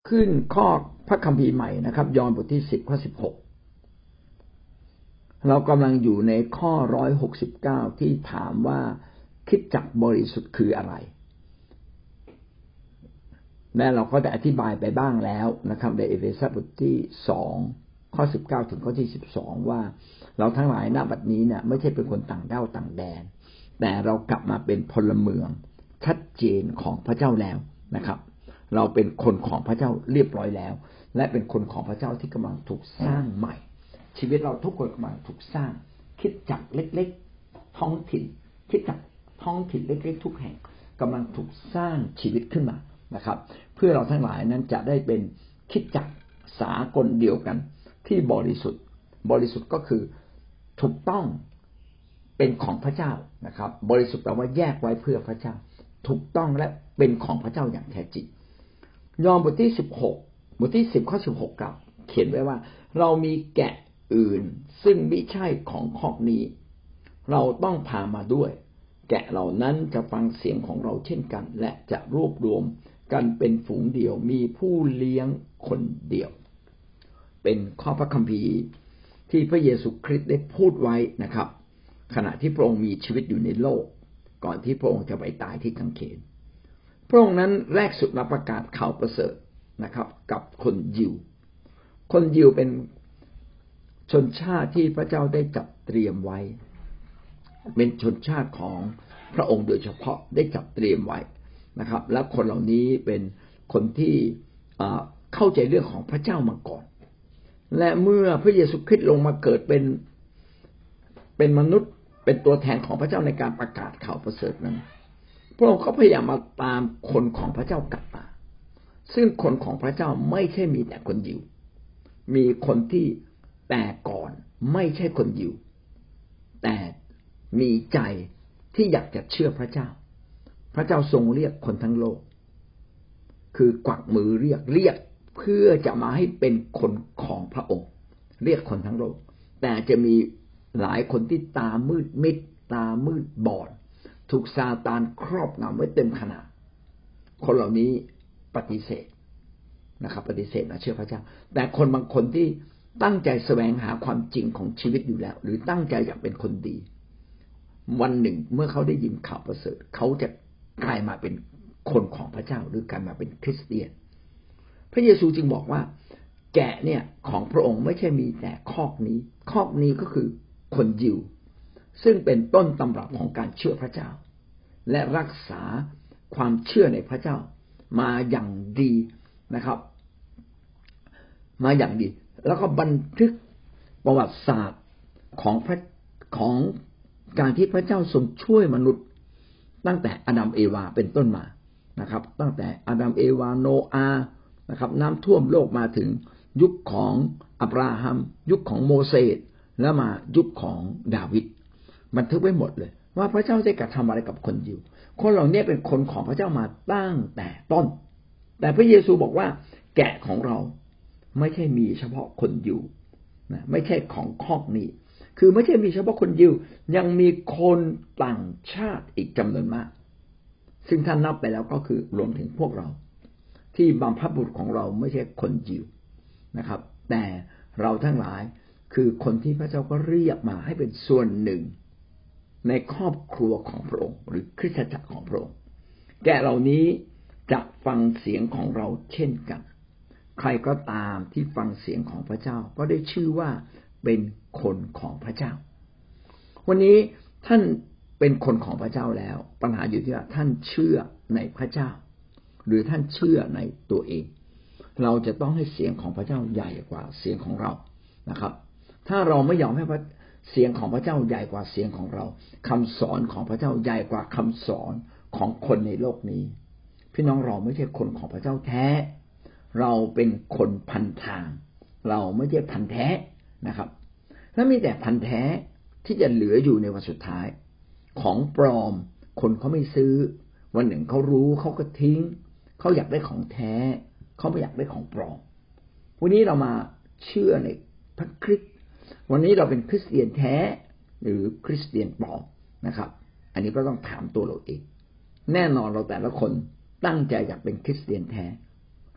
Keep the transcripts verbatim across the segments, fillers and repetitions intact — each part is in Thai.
ขึ้นข้อพระคัมภีร์ใหม่นะครับยอห์นบทที่สิบข้อสิบหกเรากำลังอยู่ในข้อหนึ่งร้อยหกสิบเก้าที่ถามว่าคริสตจักรบริสุทธิ์คืออะไรและเราก็ได้อธิบายไปบ้างแล้วนะครับในเอเฟซัสบทที่สองข้อสิบเก้าถึงข้อที่สิบสองว่าเราทั้งหลายณบัดนี้เนี่ยไม่ใช่เป็นคนต่างด้าวต่างแดนแต่เรากลับมาเป็นพลเมืองชัดเจนของพระเจ้าแล้วนะครับเราเป็นคนของพระเจ้าเรียบร้อยแล้วและเป็นคนของพระเจ้าที่กำลังถูกสร้างใหม่ชีวิตเราทุกคนกำลังถูกสร้างคริสตจักรเล็กๆท้องถิ่นคริสตจักรท้องถิ่นเล็กๆทุกแห่งกำลังถูกสร้างชีวิตขึ้นมานะครับเพื่อเราทั้งหลายนั้นจะได้เป็นคริสตจักรสากลเดียวกันที่บริสุทธิ์บริสุทธิ์ก็คือถูกต้องเป็นของพระเจ้านะครับบริสุทธิ์แปลว่าแยกไว้เพื่อพระเจ้าถูกต้องและเป็นของพระเจ้าอย่างแท้จริงยอห์นบทที่สิบหกบทที่สิบข้อสิบหกครับเขียนไว้ว่าเรามีแกะอื่นซึ่งไม่ใช่ของคอกนี้เราต้องพามาด้วยแกะเหล่านั้นจะฟังเสียงของเราเช่นกันและจะรวบรวมกันเป็นฝูงเดียวมีผู้เลี้ยงคนเดียวเป็นข้อพระคัมภีร์ที่พระเยซูคริสต์ได้พูดไว้นะครับขณะที่พระองค์มีชีวิตอยู่ในโลกก่อนที่พระองค์จะไปตายที่กางเขนพระองค์นั้นแรกสุดรับประกาศข่าวประเสริฐนะครับกับคนยิวคนยิวเป็นชนชาติที่พระเจ้าได้จัดเตรียมไว้เป็นชนชาติของพระองค์โดยเฉพาะได้จัดเตรียมไว้นะครับและคนเหล่านี้เป็นคนที่เข้าใจเรื่องของพระเจ้ามาก่อนและเมื่อพระเยซูคริสต์ลงมาเกิดเป็นเป็นมนุษย์เป็นตัวแทนของพระเจ้าในการประกาศข่าวประเสริฐนั้นพระองค์ก็พยายามมาตามคนของพระเจ้ากลับมาซึ่งคนของพระเจ้าไม่ใช่มีแต่คนยิวมีคนที่แต่ก่อนไม่ใช่คนยิวแต่มีใจที่อยากจะเชื่อพระเจ้าพระเจ้าทรงเรียกคนทั้งโลกคือกวักมือเรียกเรียกเพื่อจะมาให้เป็นคนของพระองค์เรียกคนทั้งโลกแต่จะมีหลายคนที่ตามืดมิดตามืดบอดถูกซาตานครอบงำไว้เต็มขนาดคนเหล่านี้ปฏิเสธนะครับปฏิเสธมาเชื่อพระเจ้าแต่คนบางคนที่ตั้งใจแสวงหาความจริงของชีวิตอยู่แล้วหรือตั้งใจอยากเป็นคนดีวันหนึ่งเมื่อเขาได้ยินข่าวประเสริฐเขาจะกลายมาเป็นคนของพระเจ้าหรือกลายมาเป็นคริสเตียนพระเยซูจึงบอกว่าแกะเนี่ยของพระองค์ไม่ใช่มีแต่คอกนี้คอกนี้ก็คือคนยิวซึ่งเป็นต้นตำรับของการเชื่อพระเจ้าและรักษาความเชื่อในพระเจ้ามาอย่างดีนะครับมาอย่างดีแล้วก็บันทึกประวัติศาสตร์ของพระของการที่พระเจ้าทรงช่วยมนุษย์ตั้งแต่อาดัมเอวาเป็นต้นมานะครับตั้งแต่อาดัมเอวาโนอาห์นะครับน้ำท่วมโลกมาถึงยุคของอับราฮัมยุคของโมเสสแล้วมายุคของดาวิดบันทึกไว้หมดเลยว่าพระเจ้าได้กระทำอะไรกับคนยิวคนเหล่านี้เป็นคนของพระเจ้ามาตั้งแต่ต้นแต่พระเยซูบอกว่าแกะของเราไม่ใช่มีเฉพาะคนยิวนะไม่ใช่ของคอกนี้คือไม่ใช่มีเฉพาะคนยิวยังมีคนต่างชาติอีกจำนวนมากซึ่งท่านนับไปแล้วก็คือรวมถึงพวกเราที่บรรพบุรุษของเราไม่ใช่คนยิวนะครับแต่เราทั้งหลายคือคนที่พระเจ้าก็เรียกมาให้เป็นส่วนหนึ่งในครอบครัวของพระองค์หรือคริสตจักรของพระองค์แกะเหล่านี้จะฟังเสียงของเราเช่นกันใครก็ตามที่ฟังเสียงของพระเจ้าก็ได้ชื่อว่าเป็นคนของพระเจ้าวันนี้ท่านเป็นคนของพระเจ้าแล้วปัญหาอยู่ที่ว่าท่านเชื่อในพระเจ้าหรือท่านเชื่อในตัวเองเราจะต้องให้เสียงของพระเจ้าใหญ่กว่าเสียงของเรานะครับถ้าเราไม่ยอมให้เสียงของพระเจ้าใหญ่กว่าเสียงของเราคำสอนของพระเจ้าใหญ่กว่าคำสอนของคนในโลกนี้พี่น้องเราไม่ใช่คนของพระเจ้าแท้เราเป็นคนพันทางเราไม่ใช่พันแท้นะครับและมีแต่พันแท้ที่จะเหลืออยู่ในวันสุดท้ายของปลอมคนเขาไม่ซื้อวันหนึ่งเขารู้เขาก็ทิ้งเขาอยากได้ของแท้เขาไม่อยากได้ของปลอมวันนี้เรามาเชื่อในพระคริสต์วันนี้เราเป็นคริสเตียนแท้หรือคริสเตียนปลอมนะครับอันนี้ก็ต้องถามตัวเราเองแน่นอนเราแต่ละคนตั้งใจอยากเป็นคริสเตียนแท้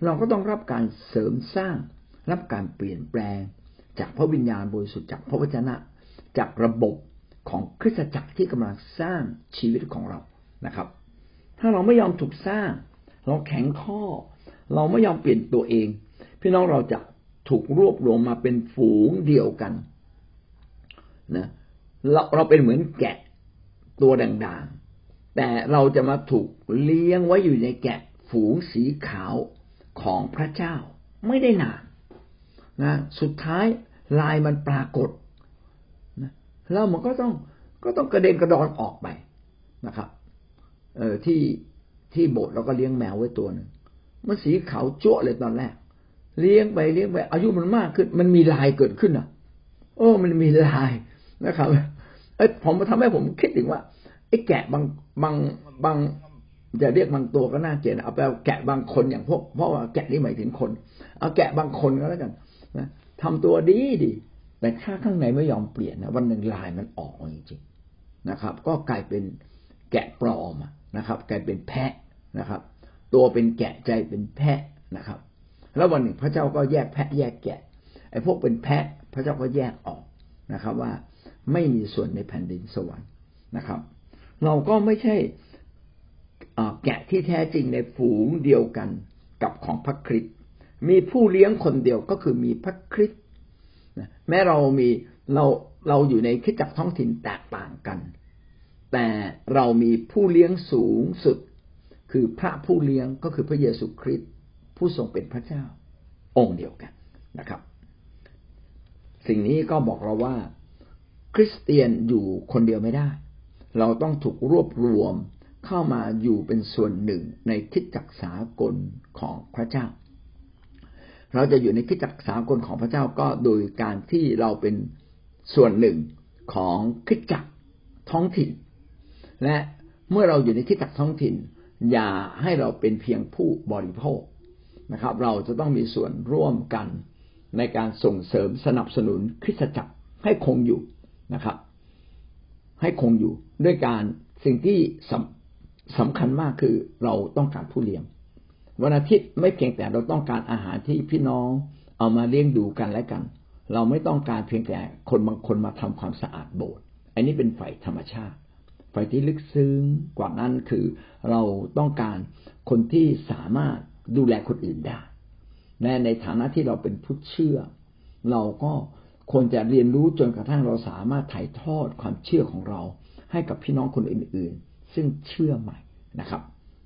เราก็ต้องรับการเสริมสร้างรับการเปลี่ยนแปลงจากพระวิญญาณบริสุทธิ์จากพระวจนะจากระบบของคริสตจักรที่กำลังสร้างชีวิตของเรานะครับถ้าเราไม่ยอมถูกสร้างเราแข็งข้อเราไม่ยอมเปลี่ยนตัวเองพี่น้องเราจะถูกรวบรวมมาเป็นฝูงเดียวกันนะเราเราเป็นเหมือนแกะตัวด่างๆแต่เราจะมาถูกเลี้ยงไว้อยู่ในแกะฝูงสีขาวของพระเจ้าไม่ได้นานนะสุดท้ายลายมันปรากฏนะแล้วมันก็ต้องก็ต้องกระเด็นกระดอนออกไปนะครับเออที่ที่โบสถ์เราก็เลี้ยงแมวไว้ตัวนึงมันสีขาวจั่วเลยตอนแรกเลี้ยงไปเลี้ยงไปอายุมันมากขึ้นมันมีลายเกิดขึ้นอ่ะโอ้มันมีลายนะครับเอ้ผมทำให้ผมคิดถึงว่าไอ้แกะบางบางบางจะเรียกบางตัวก็น่าเกลียดเอาไปเอาแกะบางคนอย่างพวกเพราะว่าแกะนี่หมายถึงคนเอาแกะบางคนก็แล้วกันนะทำตัวดีดีแต่ถ้าข้างในไม่ยอมเปลี่ยนนะวันหนึ่งลายมันออกจริงๆนะครับก็กลายเป็นแกะปลอมนะครับกลายเป็นแพะนะครับตัวเป็นแกะใจเป็นแพะนะครับแล้ววันหนึ่งพระเจ้าก็แยกแพะแยกแกะไอ้พวกเป็นแพะพระเจ้าก็แยกออกนะครับว่าไม่มีส่วนในแผ่นดินสวรรค์นะครับเราก็ไม่ใช่แกะที่แท้จริงในฝูงเดียวกันกับของพระคริสต์มีผู้เลี้ยงคนเดียวก็คือมีพระคริสต์แม้เรามีเราเราอยู่ในคริสตจักรท้องถิ่นแตกต่างกันแต่เรามีผู้เลี้ยงสูงสุดคือพระผู้เลี้ยงก็คือพระเยซูคริสต์ผู้ทรงเป็นพระเจ้าองค์เดียวกันนะครับสิ่งนี้ก็บอกเราว่าคริสเตียนอยู่คนเดียวไม่ได้เราต้องถูกรวบรวมเข้ามาอยู่เป็นส่วนหนึ่งในคริสตจักรสากลของพระเจ้าเราจะอยู่ในคริสตจักรสากลของพระเจ้าก็โดยการที่เราเป็นส่วนหนึ่งของคริสตจักรท้องถิ่นและเมื่อเราอยู่ในคริสตจักรท้องถิ่นอย่าให้เราเป็นเพียงผู้บริโภคนะครับเราจะต้องมีส่วนร่วมกันในการส่งเสริมสนับสนุนคริสตจักรให้คงอยู่นะครับให้คงอยู่ด้วยการสิ่งที่สำสำคัญมากคือเราต้องการผู้เลี้ยงวันอาทิตย์ไม่เพียงแต่เราต้องการอาหารที่พี่น้องเอามาเลี้ยงดูกันและกันเราไม่ต้องการเพียงแต่คนบางคนมาทำความสะอาดโบสถ์อันนี้เป็นฝ่ายธรรมชาติฝ่ายที่ลึกซึ้งกว่านั้นคือเราต้องการคนที่สามารถดูแลคนอื่นได้และในฐานะที่เราเป็นผู้เชื่อเราก็ควรจะเรียนรู้จนกระทั่งเราสามารถถ่ายทอดความเชื่อของเราให้กับพี่น้องคนอื่นๆซึ่งเชื่อใหม่นะครับ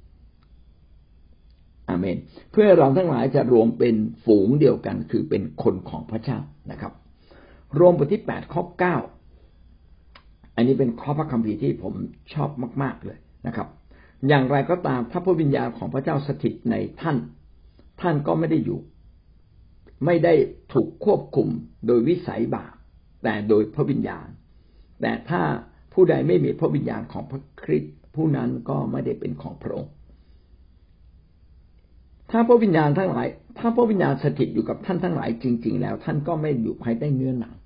อาเมนเพื่อเราทั้งหลายจะรวมเป็นฝูงเดียวกันคือเป็นคนของพระเจ้านะครับโรมบทที่แปดข้อเก้าอันนี้เป็นข้อพระคัมภีร์ที่ผมชอบมากๆเลยนะครับอย่างไรก็ตามถ้าพระวิญญาณของพระเจ้าสถิตในท่านท่านก็ไม่ได้อยู่ไม่ได้ถูกควบคุมโดยวิสัยบาปแต่โดยพระวิญญาณแต่ถ้าผู้ใดไม่มีพระวิญญาณของพระคริสต์ผู้นั้นก็ไม่ได้เป็นของพระองค์ถ้าพระวิญญาณทั้งหลายถ้าพระวิญญาณสถิตอยู่กับท่านทั้งหลายจริงๆแล้วท่านก็ไม่อยู่ภายใต้เนื้อหนัง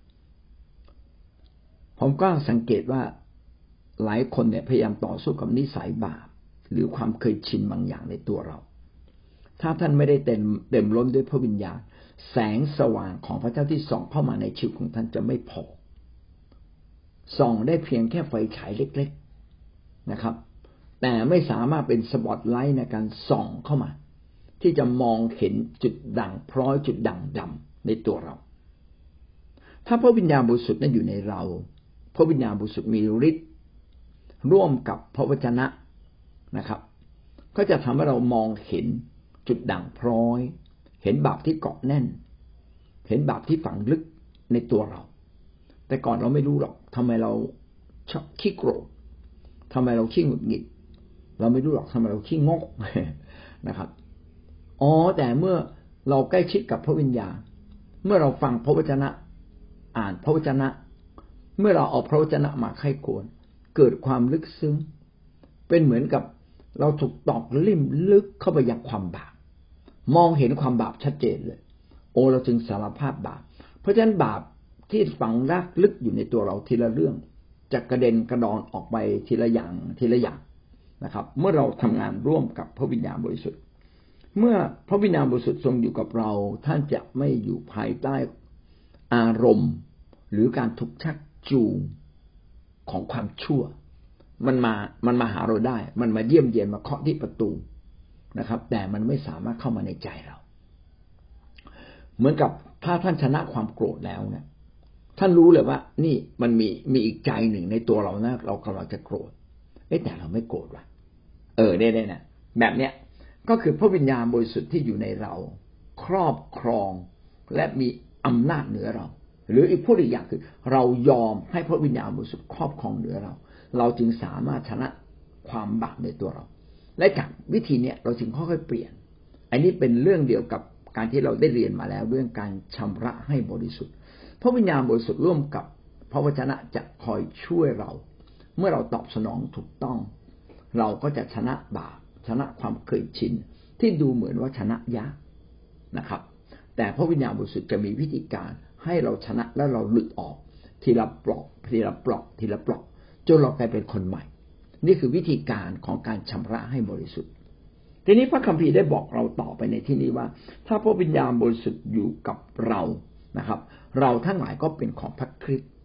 ผมก็สังเกตว่าหลายคนเนี่ยพยายามต่อสู้กับนิสัยบาปหรือความเคยชินบางอย่างในตัวเราถ้าท่านไม่ได้เต็มเต็มล้นด้วยพระวิญญาณแสงสว่างของพระเจ้าที่ส่องเข้ามาในชีวิตของท่านจะไม่พอส่องได้เพียงแค่ไฟฉายเล็กๆนะครับแต่ไม่สามารถเป็นสปอตไลท์ในการส่องเข้ามาที่จะมองเห็นจุดด่างพร้อยจุดด่างดำในตัวเราถ้าพระวิญญาณบริสุทธิ์นั้นอยู่ในเราพระวิญญาณบริสุทธิ์มีฤทธิ์ร่วมกับพระวจนะนะครับก็จะทำให้เรามองเห็นจุดด่างพร้อยเห็นบาปที่เกาะแน่นเห็นบาปที่ฝังลึกในตัวเราแต่ก่อนเราไม่รู้หรอกทำไมเราชอบขี้โกรธทำไมเราขี้หงุดหงิดเราไม่รู้หรอกทำไมเราขี้งกนะครับอ๋อแต่เมื่อเราใกล้ชิดกับพระวิญญาณเมื่อเราฟังพระวจนะอ่านพระวจนะเมื่อเราเอาพระวจนะมาไข้ควรเกิดความลึกซึ้งเป็นเหมือนกับเราถูกตอกลิ่มลึกเข้าไปยังความบาปมองเห็นความบาปชัดเจนเลยโอ้เราจึงสารภาพบาปเพราะฉะนั้นบาปที่ฝังรากลึกอยู่ในตัวเราทีละเรื่องจะกระเด็นกระดอนออกไปทีละอย่างทีละอย่างนะครับเมื่อเราทำงานร่วมกับพระวิญญาณบริสุทธิ์เมื่อพระวิญญาณบริสุทธิ์ทรงอยู่กับเราท่านจะไม่อยู่ภายใต้อารมณ์หรือการถูกชักจูงของความชั่วมันมามันมาหาเราได้มันมาเยี่ยมเยียนมาเคาะที่ประตูนะครับแต่มันไม่สามารถเข้ามาในใจเราเหมือนกับถ้าท่านชนะความโกรธแล้วเนี่ยท่านรู้เลยว่านี่มันมีมีอีกใจหนึ่งในตัวเรานะเรากำลังจะโกรธเอ๊ะแต่เราไม่โกรธว่ะเออได้ๆนะแบบเนี้ยก็คือพระวิญญาณบริสุทธิ์ที่อยู่ในเราครอบครองและมีอำนาจเหนือเราหรืออีกพูดอีกอย่างคือเรายอมให้พระวิญญาณบริสุทธิ์ครอบครองเหนือเราเราจึงสามารถชนะความบาปในตัวเราและจากวิธีนี้เราจึงค่อยๆเปลี่ยนอันนี้เป็นเรื่องเดียวกับการที่เราได้เรียนมาแล้วเรื่องการชำระให้บริสุทธิ์พระวิญญาณบริสุทธิ์ร่วมกับพระวจนะจะคอยช่วยเราเมื่อเราตอบสนองถูกต้องเราก็จะชนะบาปชนะความเคยชินที่ดูเหมือนว่าชนะยากนะครับแต่พระวิญญาณบริสุทธิ์จะมีวิธีการให้เราชนะและเราหลุดออกทีละปลอกทีละปลอกทีละปลอกจนเรากลายเป็นคนใหม่นี่คือวิธีการของการชำระให้บริสุทธิ์ทีนี้พระคัมภีร์ได้บอกเราต่อไปในที่นี้ว่าถ้าพระวิญญาณบริสุทธิ์อยู่กับเรานะครับเราทั้งหลายก็เป็นของพระคริสต์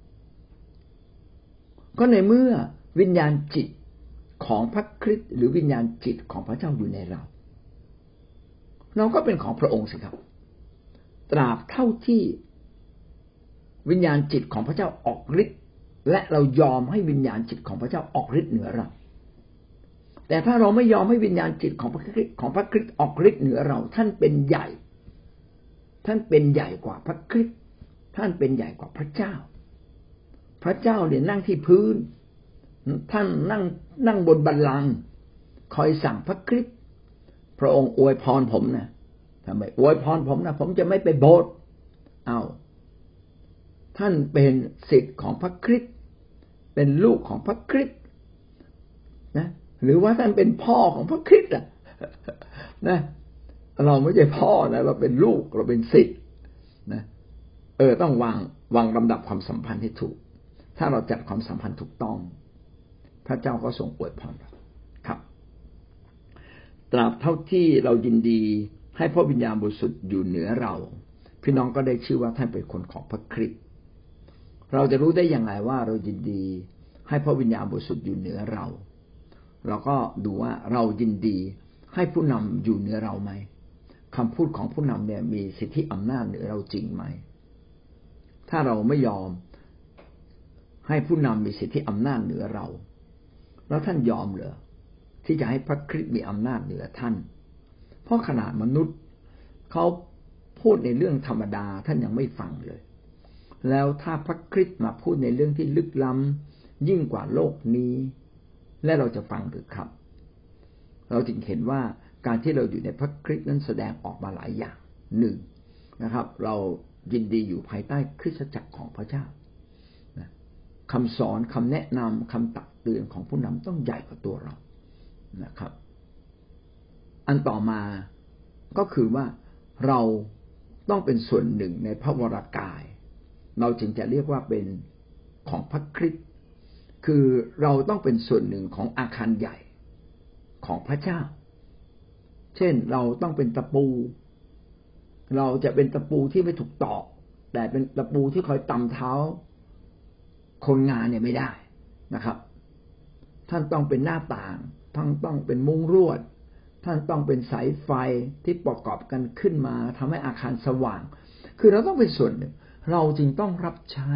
ก็ในเมื่อวิญญาณจิตของพระคริสต์หรือวิญญาณจิตของพระเจ้าอยู่ในเราเราก็เป็นของพระองค์สิครับตราบเท่าที่วิญญาณจิตของพระเจ้าออกฤทธิ์และเรายอมให้วิญญาณจิตของพระเจ้าออกฤทธิ์เหนือเราแต่ถ้าเราไม่ยอมให้วิญญาณจิตของพระคริสต์ของพระคริสต์ออกฤทธิ์เหนือเราท่านเป็นใหญ่ท่านเป็นใหญ่กว่าพระคริสต์ท่านเป็นใหญ่กว่าพระเจ้าพระเจ้าเนี่ยนั่งที่พื้นท่านนั่งนั่งบนบัลลังก์คอยสั่งพระคริสต์พระองค์อวยพรผมนะทำไมอวยพรผมนะผมจะไม่ไปโบสถ์อ้าวท่านเป็นศิษย์ของพระคริสต์เป็นลูกของพระคริสต์นะหรือว่าท่านเป็นพ่อของพระคริสต์อ่ะนะเราไม่ใช่พ่อนะเราเป็นลูกเราเป็นศิษย์นะเออต้องวางวางลำดับความสัมพันธ์ให้ถูกถ้าเราจัดความสัมพันธ์ถูกต้องพระเจ้าก็ทรงอวยพรเราครับตราบเท่าที่เรายินดีให้พระวิญญาณบริสุทธิ์อยู่เหนือเราพี่น้องก็ได้ชื่อว่าท่านเป็นคนของพระคริสต์เราจะรู้ได้อย่างไรว่าเรายินดีให้พระวิญญาณบริสุทธิ์อยู่เหนือเราเราก็ดูว่าเรายินดีให้ผู้นำอยู่เหนือเราไหมคำพูดของผู้นำเนี่ยมีสิทธิอำนาจเหนือเราจริงไหมถ้าเราไม่ยอมให้ผู้นำมีสิทธิอำนาจเหนือเราแล้วท่านยอมเหรอที่จะให้พระคริสต์มีอำนาจเหนือท่านเพราะขนาดมนุษย์เขาพูดในเรื่องธรรมดาท่านยังไม่ฟังเลยแล้วถ้าพระคริสต์มาพูดในเรื่องที่ลึกล้ำยิ่งกว่าโลกนี้และเราจะฟังหรือครับเราจึงเห็นว่าการที่เราอยู่ในพระคริสต์นั้นแสดงออกมาหลายอย่างหนึ่งนะครับเรายินดีอยู่ภายใต้คริสตจักรของพระเจ้าคำสอนคำแนะนำคำตักเตือนของผู้นำต้องใหญ่กว่าตัวเรานะครับอันต่อมาก็คือว่าเราต้องเป็นส่วนหนึ่งในพระวรากายเราจึงจะเรียกว่าเป็นของพระคริสต์คือเราต้องเป็นส่วนหนึ่งของอาคารใหญ่ของพระเจ้าเช่นเราต้องเป็นตะปูเราจะเป็นตะปูที่ไม่ถูกตอกแต่เป็นตะปูที่คอยตำเท้าคนงานเนี่ยไม่ได้นะครับท่านต้องเป็นหน้าต่างท่านต้องเป็นมุ้งลวดท่านต้องเป็นสายไฟที่ประกอบกันขึ้นมาทำให้อาคารสว่างคือเราต้องเป็นส่วนหนึ่งเราจึงต้องรับใช้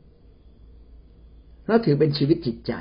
แล้วถือเป็นชีวิตจิตใจ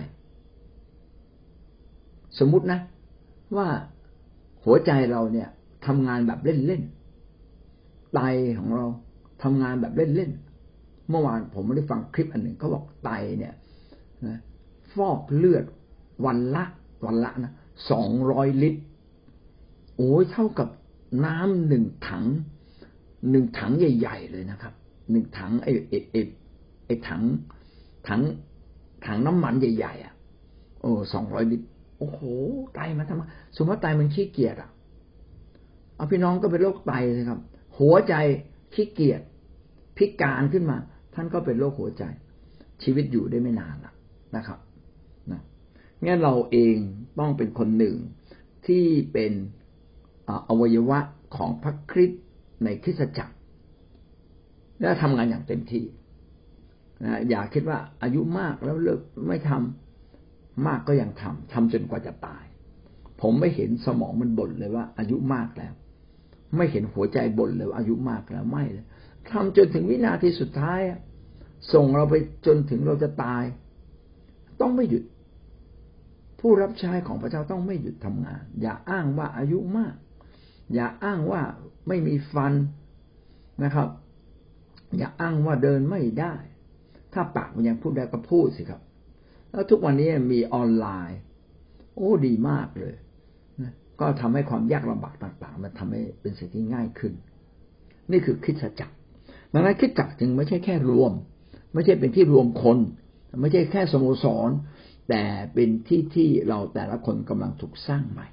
สมมุตินะว่าหัวใจเราเนี่ยทำงานแบบเล่นๆไตของเราทำงานแบบเล่นๆเมื่อวานผมได้ฟังคลิปอันหนึ่งเขาบอกไตเนี่ยนะฟอกเลือดวันละวันละนะสองร้อยลิตรโอ้ยเท่ากับน้ำหนึ่งถังหนึ่งถังใหญ่ๆเลยนะครับหนึ่งถังไอ้ไอ้ไอ้ไอ้ถังถังถังน้ำมันใหญ่ๆอ่ะโอ้สองร้อยลิตรโอ้โหไตมันทำไมสมมติไตมันขี้เกียจอ่ะเอาพี่น้องก็เป็นโรคไตเลยครับหัวใจขี้เกียจพิการขึ้นมาท่านก็เป็นโรคหัวใจชีวิตอยู่ได้ไม่นานละนะครับนะงั้นเราเองต้องเป็นคนหนึ่งที่เป็นอวัยวะของพระคริสต์ในคริสตจักรและทำงานอย่างเต็มที่นะอย่าคิดว่าอายุมากแล้วเลิกไม่ทำมากก็ยังทำทำจนกว่าจะตายผมไม่เห็นสมองมันบ่นเลยว่าอายุมากแล้วไม่เห็นหัวใจบ่นเลยว่าอายุมากแล้วไม่เลยทำจนถึงวินาทีสุดท้ายส่งเราไปจนถึงเราจะตายต้องไม่หยุดผู้รับใช้ของพระเจ้าต้องไม่หยุดทำงานอย่าอ้างว่าอายุมากอย่าอ้างว่าไม่มีฟันนะครับอย่าอ้างว่าเดินไม่ได้ถ้าปากมันยังพูดได้ก็พูดสิครับแล้วทุกวันนี้มีออนไลน์โอ้ดีมากเลยนะก็ทำให้ความยากลำบากต่างๆมันทำให้เป็นสิ่งที่ง่ายขึ้นนี่คือคริสตจักรดังนั้นคริสตจักรจึงไม่ใช่แค่รวมไม่ใช่เป็นที่รวมคนไม่ใช่แค่สโมสรแต่เป็นที่ที่เราแต่ละคนกำลังถูกสร้างใหม่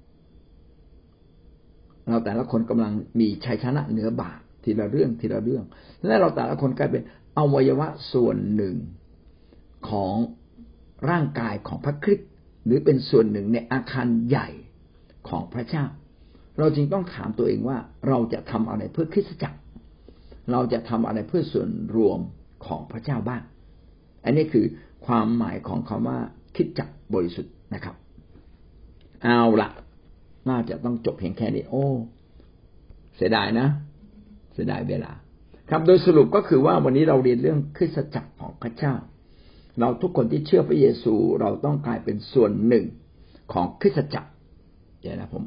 เราแต่ละคนกำลังมีชัยชนะเหนือบาปทีละเรื่องทีละเรื่องและเราแต่ละคนกลายเป็นอวัยวะส่วนหนึ่งของร่างกายของพระคริสต์หรือเป็นส่วนหนึ่งในอาคารใหญ่ของพระเจ้าเราจึงต้องถามตัวเองว่าเราจะทำอะไรเพื่อคริสตจักรเราจะทำอะไรเพื่อส่วนรวมของพระเจ้าบ้างอันนี้คือความหมายของคำว่าคริสตจักรบริสุทธิ์นะครับเอาล่ะน่าจะต้องจบเพียงแค่นี้โอ้เสียดายนะเสียดายเวลาครับโดยสรุปก็คือว่าวันนี้เราเรียนเรื่องคริสตจักรของพระเจ้าเราทุกคนที่เชื่อพระเยซูเราต้องกลายเป็นส่วนหนึ่งของคริสตจักรเดี๋ยวนะผม